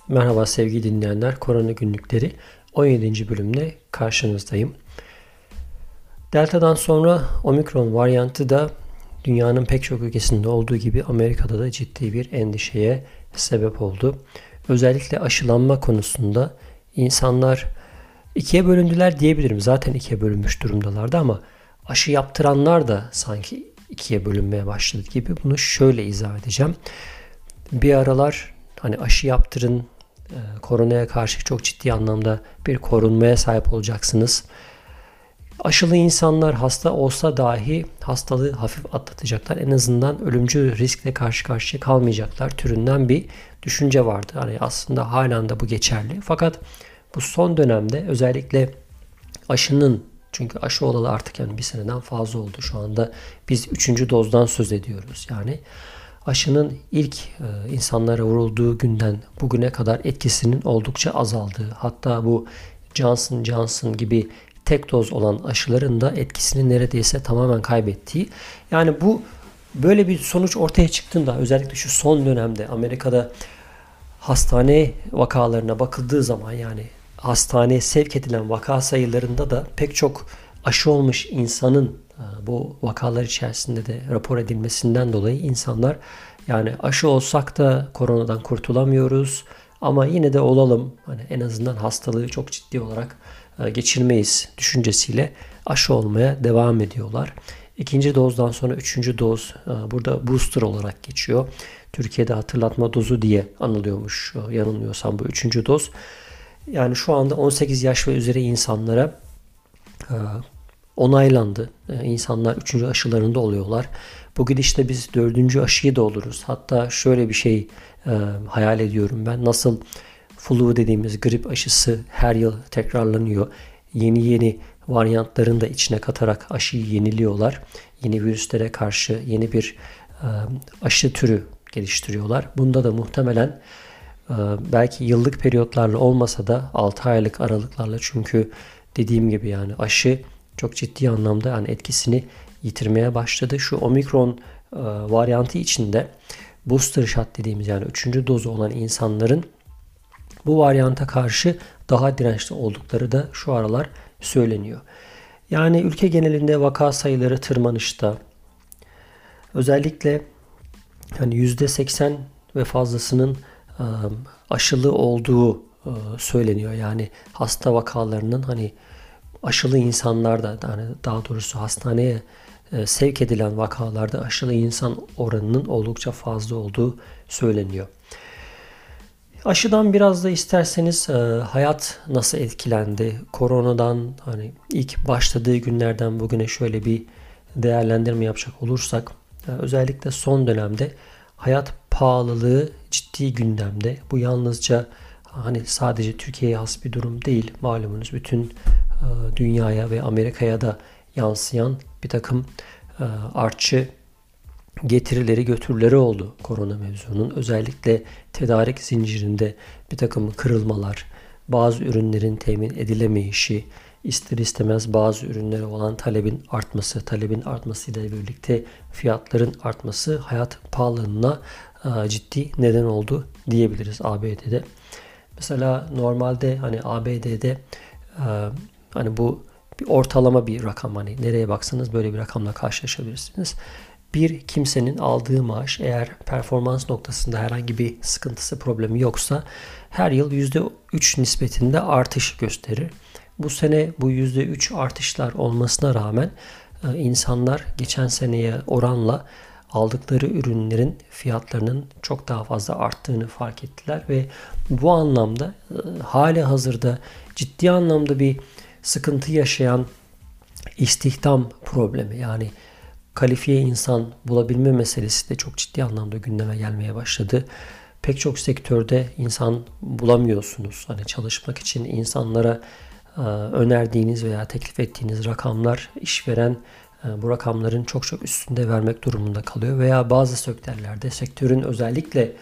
Merhaba sevgili dinleyenler, Korona Günlükleri 17. bölümle karşınızdayım. Delta'dan sonra Omikron varyantı da dünyanın pek çok ülkesinde olduğu gibi Amerika'da da ciddi bir endişeye sebep oldu. Özellikle aşılanma konusunda insanlar ikiye bölündüler diyebilirim. Zaten ikiye bölünmüş durumdalardı ama aşı yaptıranlar da sanki ikiye bölünmeye başladı gibi. Bunu şöyle izah edeceğim. Bir aralar hani aşı yaptırın, koronaya karşı çok ciddi anlamda bir korunmaya sahip olacaksınız. Aşılı insanlar hasta olsa dahi hastalığı hafif atlatacaklar. En azından ölümcül riskle karşı karşıya kalmayacaklar türünden bir düşünce vardı. Hani aslında halen de bu geçerli. Fakat bu son dönemde özellikle aşının, çünkü aşı olalı artık yani bir seneden fazla oldu. Şu anda biz 3. dozdan söz ediyoruz. Yani aşının ilk insanlara vurulduğu günden bugüne kadar etkisinin oldukça azaldığı, hatta bu Johnson Johnson gibi tek doz olan aşıların da etkisini neredeyse tamamen kaybettiği. Yani bu böyle bir sonuç ortaya çıktığında özellikle şu son dönemde Amerika'da hastane vakalarına bakıldığı zaman, yani hastaneye sevk edilen vaka sayılarında da pek çok aşı olmuş insanın bu vakalar içerisinde de rapor edilmesinden dolayı insanlar, yani aşı olsak da koronadan kurtulamıyoruz ama yine de olalım, hani en azından hastalığı çok ciddi olarak geçirmeyiz düşüncesiyle aşı olmaya devam ediyorlar. İkinci dozdan sonra üçüncü doz burada booster olarak geçiyor. Türkiye'de hatırlatma dozu diye anılıyormuş yanılmıyorsam bu üçüncü doz. Yani şu anda 18 yaş ve üzeri insanlara onaylandı. İnsanlar 3. aşılarında oluyorlar. Bu gidişte biz 4. aşıyı da oluruz. Hatta şöyle bir şey hayal ediyorum ben. Nasıl flu dediğimiz grip aşısı her yıl tekrarlanıyor. Yeni varyantlarını da içine katarak aşıyı yeniliyorlar. Yeni virüslere karşı yeni bir aşı türü geliştiriyorlar. Bunda da muhtemelen belki yıllık periyotlarla olmasa da 6 aylık aralıklarla, çünkü dediğim gibi yani aşı çok ciddi anlamda yani etkisini yitirmeye başladı. Şu Omikron varyantı içinde booster shot dediğimiz yani 3. dozu olan insanların bu varyanta karşı daha dirençli oldukları da şu aralar söyleniyor. Yani ülke genelinde vaka sayıları tırmanışta. Özellikle hani %80 ve fazlasının aşılı olduğu söyleniyor. Yani hasta vakalarının hani aşılı insanlarda, yani daha doğrusu hastaneye sevk edilen vakalarda aşılı insan oranının oldukça fazla olduğu söyleniyor. Aşıdan biraz da isterseniz hayat nasıl etkilendi? Koronadan hani ilk başladığı günlerden bugüne şöyle bir değerlendirme yapacak olursak, özellikle son dönemde hayat pahalılığı ciddi gündemde. Bu yalnızca hani sadece Türkiye'ye has bir durum değil. Malumunuz bütün dünyaya ve Amerika'ya da yansıyan bir takım artçı getirileri götürüleri oldu korona mevzunun. Özellikle tedarik zincirinde bir takım kırılmalar, bazı ürünlerin temin edilemeyişi, ister istemez bazı ürünlere olan talebin artmasıyla birlikte fiyatların artması hayat pahalılığına ciddi neden oldu diyebiliriz ABD'de. Mesela normalde hani ABD'de hani bu bir ortalama bir rakam, hani nereye baksanız böyle bir rakamla karşılaşabilirsiniz. Bir kimsenin aldığı maaş eğer performans noktasında herhangi bir sıkıntısı, problemi yoksa her yıl %3 nispetinde artış gösterir. Bu sene bu %3 artışlar olmasına rağmen insanlar geçen seneye oranla aldıkları ürünlerin fiyatlarının çok daha fazla arttığını fark ettiler ve bu anlamda hali hazırda ciddi anlamda bir sıkıntı yaşayan istihdam problemi, yani kalifiye insan bulabilme meselesi de çok ciddi anlamda gündeme gelmeye başladı. Pek çok sektörde insan bulamıyorsunuz. Hani çalışmak için insanlara önerdiğiniz veya teklif ettiğiniz rakamlar işveren bu rakamların çok çok üstünde vermek durumunda kalıyor. Veya bazı sektörlerde sektörün özellikle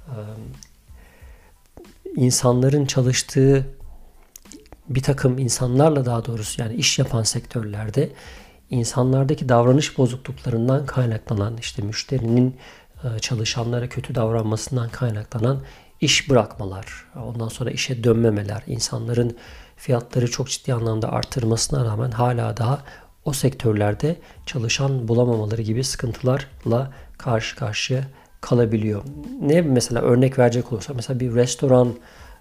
insanların çalıştığı bir takım insanlarla, daha doğrusu yani iş yapan sektörlerde insanlardaki davranış bozukluklarından kaynaklanan, işte müşterinin çalışanlara kötü davranmasından kaynaklanan iş bırakmalar, ondan sonra işe dönmemeler, insanların fiyatları çok ciddi anlamda artırmasına rağmen hala daha o sektörlerde çalışan bulamamaları gibi sıkıntılarla karşı karşıya kalabiliyor. Ne mesela örnek verecek olursa mesela bir restoran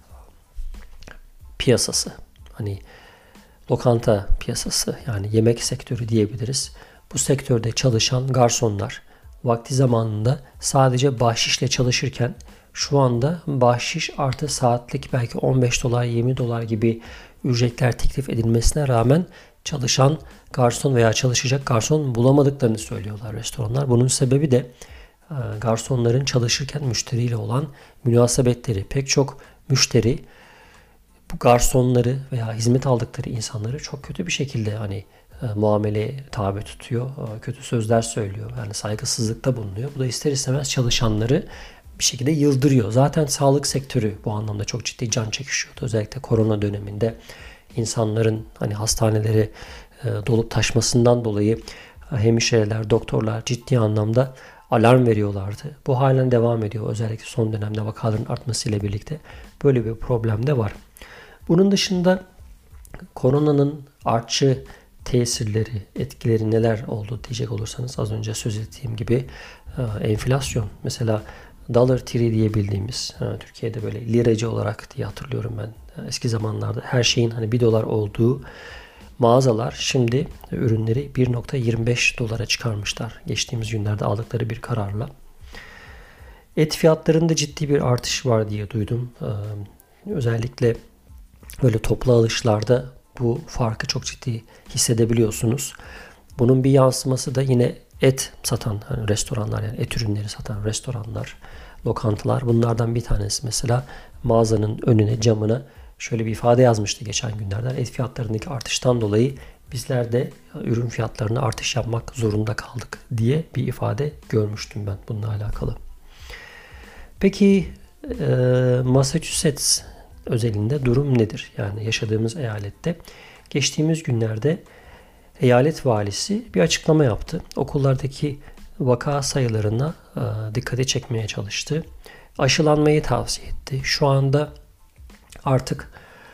piyasası, hani lokanta piyasası, yani yemek sektörü diyebiliriz. Bu sektörde çalışan garsonlar vakti zamanında sadece bahşişle çalışırken şu anda bahşiş artı saatlik belki 15 dolar 20 dolar gibi ücretler teklif edilmesine rağmen çalışan garson veya çalışacak garson bulamadıklarını söylüyorlar restoranlar. Bunun sebebi de garsonların çalışırken müşteriyle olan münasebetleri. Pek çok müşteri bu garsonları veya hizmet aldıkları insanları çok kötü bir şekilde muameleye tabi tutuyor. Kötü sözler söylüyor. Yani saygısızlıkta bulunuyor. Bu da ister istemez çalışanları bir şekilde yıldırıyor. Zaten sağlık sektörü bu anlamda çok ciddi can çekişiyordu. Özellikle korona döneminde insanların hastaneleri dolup taşmasından dolayı hemşireler, doktorlar ciddi anlamda alarm veriyorlardı. Bu halen devam ediyor. Özellikle son dönemde vakaların artmasıyla birlikte böyle bir problem de var. Bunun dışında koronanın artçı tesirleri, etkileri neler oldu diyecek olursanız az önce söz ettiğim gibi enflasyon. Mesela Dollar Tree diye bildiğimiz, Türkiye'de böyle liracı olarak diye hatırlıyorum ben. Eski zamanlarda her şeyin 1 dolar olduğu mağazalar şimdi ürünleri 1.25 dolara çıkarmışlar. Geçtiğimiz günlerde aldıkları bir kararla. Et fiyatlarında ciddi bir artış var diye duydum. Özellikle böyle toplu alışlarda bu farkı çok ciddi hissedebiliyorsunuz. Bunun bir yansıması da yine et satan restoranlar, yani et ürünleri satan restoranlar, lokantalar. Bunlardan bir tanesi mesela mağazanın önüne, camına şöyle bir ifade yazmıştı geçen günlerden. Et fiyatlarındaki artıştan dolayı bizler de ürün fiyatlarına artış yapmak zorunda kaldık diye bir ifade görmüştüm ben bununla alakalı. Peki Massachusetts özelinde durum nedir? Yani yaşadığımız eyalette geçtiğimiz günlerde eyalet valisi bir açıklama yaptı. Okullardaki vaka sayılarına dikkate çekmeye çalıştı. Aşılanmayı tavsiye etti. Şu anda artık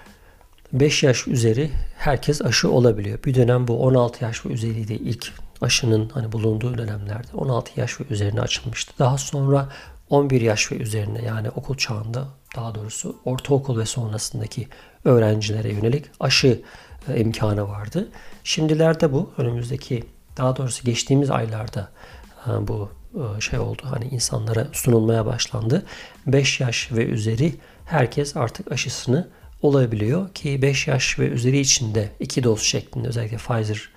5 yaş üzeri herkes aşı olabiliyor. Bir dönem bu 16 yaş ve üzeriydi. İlk aşının bulunduğu dönemlerde 16 yaş ve üzerine açılmıştı. Daha sonra 11 yaş ve üzerine, yani okul çağında, daha doğrusu ortaokul ve sonrasındaki öğrencilere yönelik aşı imkanı vardı. Şimdilerde bu daha doğrusu geçtiğimiz aylarda bu oldu. İnsanlara sunulmaya başlandı. 5 yaş ve üzeri herkes artık aşısını olabiliyor ki 5 yaş ve üzeri için de 2 doz şeklinde, özellikle Pfizer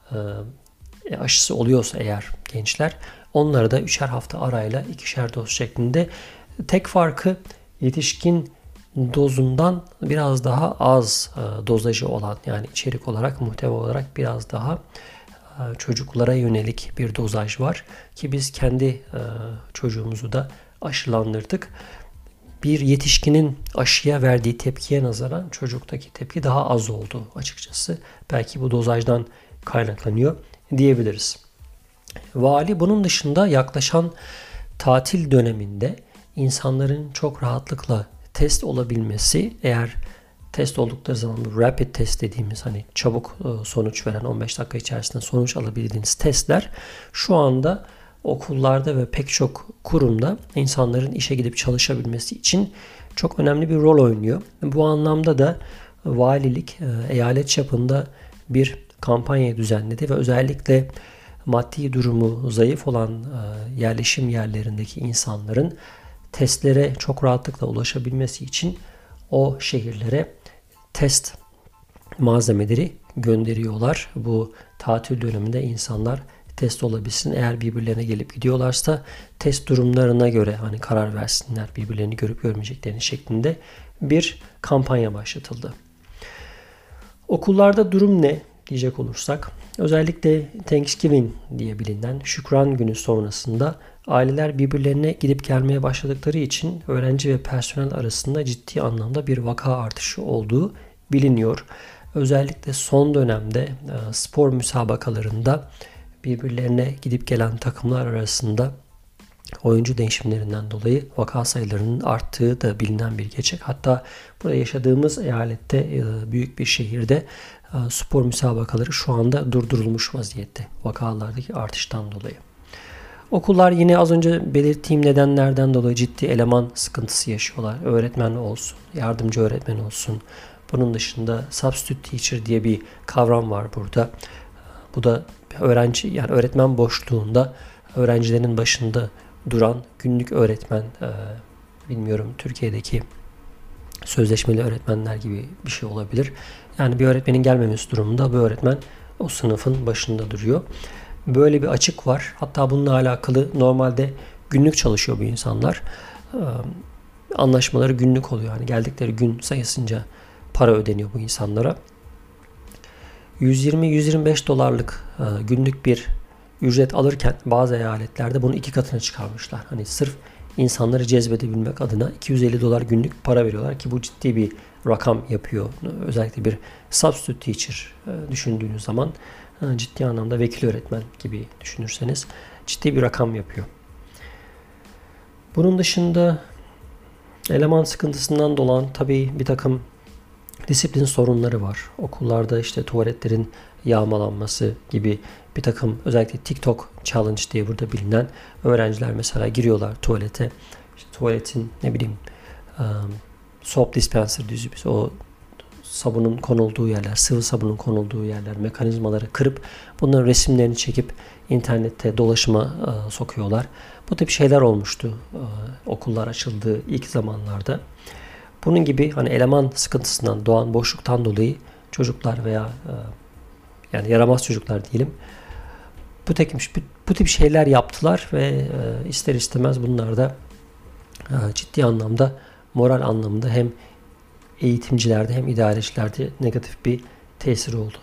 aşısı oluyorsa eğer gençler, onlara da 3'er hafta arayla 2'şer doz şeklinde. Tek farkı yetişkin dozundan biraz daha az dozajı olan, yani içerik olarak, muhteva olarak biraz daha çocuklara yönelik bir dozaj var ki biz kendi çocuğumuzu da aşılandırdık. Bir yetişkinin aşıya verdiği tepkiye nazaran çocuktaki tepki daha az oldu açıkçası. Belki bu dozajdan kaynaklanıyor diyebiliriz. Vali bunun dışında yaklaşan tatil döneminde insanların çok rahatlıkla test olabilmesi, eğer test oldukları zaman bu rapid test dediğimiz çabuk sonuç veren 15 dakika içerisinde sonuç alabildiğiniz testler şu anda okullarda ve pek çok kurumda insanların işe gidip çalışabilmesi için çok önemli bir rol oynuyor. Bu anlamda da valilik eyalet çapında bir kampanya düzenledi ve özellikle maddi durumu zayıf olan yerleşim yerlerindeki insanların testlere çok rahatlıkla ulaşabilmesi için o şehirlere test malzemeleri gönderiyorlar. Bu tatil döneminde insanlar test olabilsin. Eğer birbirlerine gelip gidiyorlarsa test durumlarına göre karar versinler, birbirlerini görüp görmeyeceklerini şeklinde bir kampanya başlatıldı. Okullarda durum ne diyecek olursak, özellikle Thanksgiving diye bilinen Şükran Günü sonrasında aileler birbirlerine gidip gelmeye başladıkları için öğrenci ve personel arasında ciddi anlamda bir vaka artışı olduğu biliniyor. Özellikle son dönemde spor müsabakalarında birbirlerine gidip gelen takımlar arasında oyuncu değişimlerinden dolayı vaka sayılarının arttığı da bilinen bir gerçek. Hatta burada yaşadığımız eyalette, büyük bir şehirde spor müsabakaları şu anda durdurulmuş vaziyette vakalardaki artıştan dolayı. Okullar yine az önce belirttiğim nedenlerden dolayı ciddi eleman sıkıntısı yaşıyorlar. Öğretmen olsun, yardımcı öğretmen olsun. Bunun dışında substitute teacher diye bir kavram var burada. Bu da öğrenci, yani öğretmen boşluğunda öğrencilerin başında duran günlük öğretmen, bilmiyorum Türkiye'deki sözleşmeli öğretmenler gibi bir şey olabilir. Yani bir öğretmenin gelmemesi durumunda bu öğretmen o sınıfın başında duruyor. Böyle bir açık var. Hatta bununla alakalı normalde günlük çalışıyor bu insanlar. Anlaşmaları günlük oluyor. Yani geldikleri gün sayısınca para ödeniyor bu insanlara. 120-125 dolarlık günlük bir ücret alırken bazı eyaletlerde bunu 2 katına çıkarmışlar. Hani sırf insanları cezbedebilmek adına 250 dolar günlük para veriyorlar ki bu ciddi bir rakam yapıyor. Özellikle bir substitute teacher düşündüğünüz zaman ciddi anlamda vekil öğretmen gibi düşünürseniz ciddi bir rakam yapıyor. Bunun dışında eleman sıkıntısından dolan tabii bir takım disiplin sorunları var. Okullarda işte tuvaletlerin yağmalanması gibi bir takım, özellikle TikTok Challenge diye burada bilinen öğrenciler mesela giriyorlar tuvalete. İşte tuvaletin soap dispenser düzü, o sabunun konulduğu yerler, sıvı sabunun konulduğu yerler, mekanizmaları kırıp bunların resimlerini çekip internette dolaşıma sokuyorlar. Bu tip şeyler olmuştu okullar açıldığı ilk zamanlarda. Bunun gibi hani eleman sıkıntısından doğan boşluktan dolayı çocuklar veya yani yaramaz çocuklar diyelim bu tip şeyler yaptılar ve ister istemez bunlar da ciddi anlamda moral anlamında hem eğitimcilerde hem idarecilerde negatif bir tesiri oldu.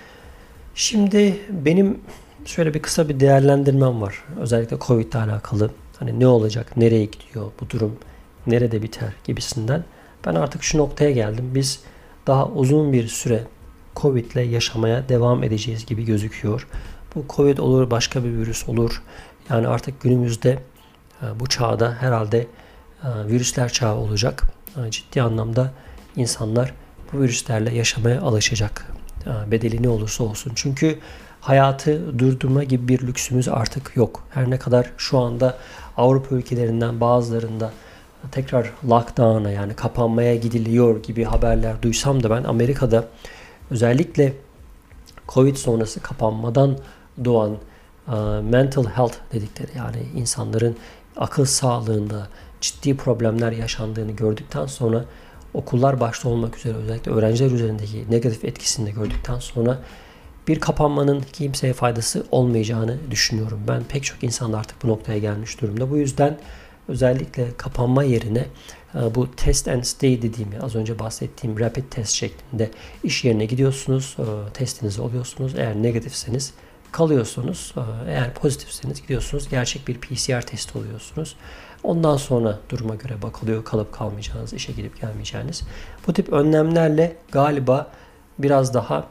Şimdi benim şöyle kısa bir değerlendirmem var. Özellikle Covid ile alakalı. Hani ne olacak, nereye gidiyor bu durum, nerede biter gibisinden. Ben artık şu noktaya geldim. Biz daha uzun bir süre Covid ile yaşamaya devam edeceğiz gibi gözüküyor. Bu Covid olur, başka bir virüs olur. Yani artık günümüzde bu çağda herhalde virüsler çağı olacak. Ciddi anlamda insanlar bu virüslerle yaşamaya alışacak. Bedeli ne olursa olsun. Çünkü hayatı durdurma gibi bir lüksümüz artık yok. Her ne kadar şu anda Avrupa ülkelerinden bazılarında tekrar lockdown'a, yani kapanmaya gidiliyor gibi haberler duysam da ben Amerika'da özellikle Covid sonrası kapanmadan doğan mental health dedikleri, yani insanların akıl sağlığında ciddi problemler yaşandığını gördükten sonra, okullar başta olmak üzere özellikle öğrenciler üzerindeki negatif etkisini de gördükten sonra bir kapanmanın kimseye faydası olmayacağını düşünüyorum. Ben pek çok insan da artık bu noktaya gelmiş durumda. Bu yüzden özellikle kapanma yerine bu test and stay dediğim, az önce bahsettiğim rapid test şeklinde iş yerine gidiyorsunuz, testinizi alıyorsunuz. Eğer negatifseniz kalıyorsunuz. Eğer pozitifseniz gidiyorsunuz, gerçek bir PCR testi oluyorsunuz. Ondan sonra duruma göre bakılıyor kalıp kalmayacağınız, işe gidip gelmeyeceğiniz. Bu tip önlemlerle galiba biraz daha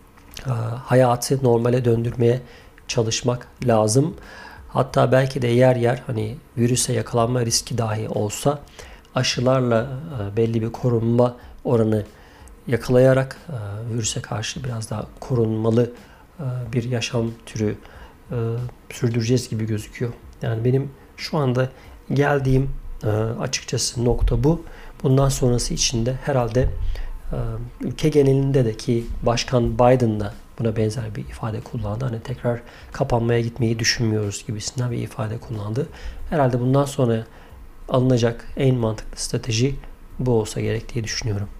hayatı normale döndürmeye çalışmak lazım. Hatta belki de yer yer hani virüse yakalanma riski dahi olsa aşılarla belli bir korunma oranı yakalayarak virüse karşı biraz daha korunmalı bir yaşam türü sürdüreceğiz gibi gözüküyor. Yani benim şu anda geldiğim açıkçası nokta bu. Bundan sonrası için de herhalde ülke genelinde de, ki Başkan Biden da buna benzer bir ifade kullandı. Hani tekrar kapanmaya gitmeyi düşünmüyoruz gibisinden bir ifade kullandı. Herhalde bundan sonra alınacak en mantıklı strateji bu olsa gerek diye düşünüyorum.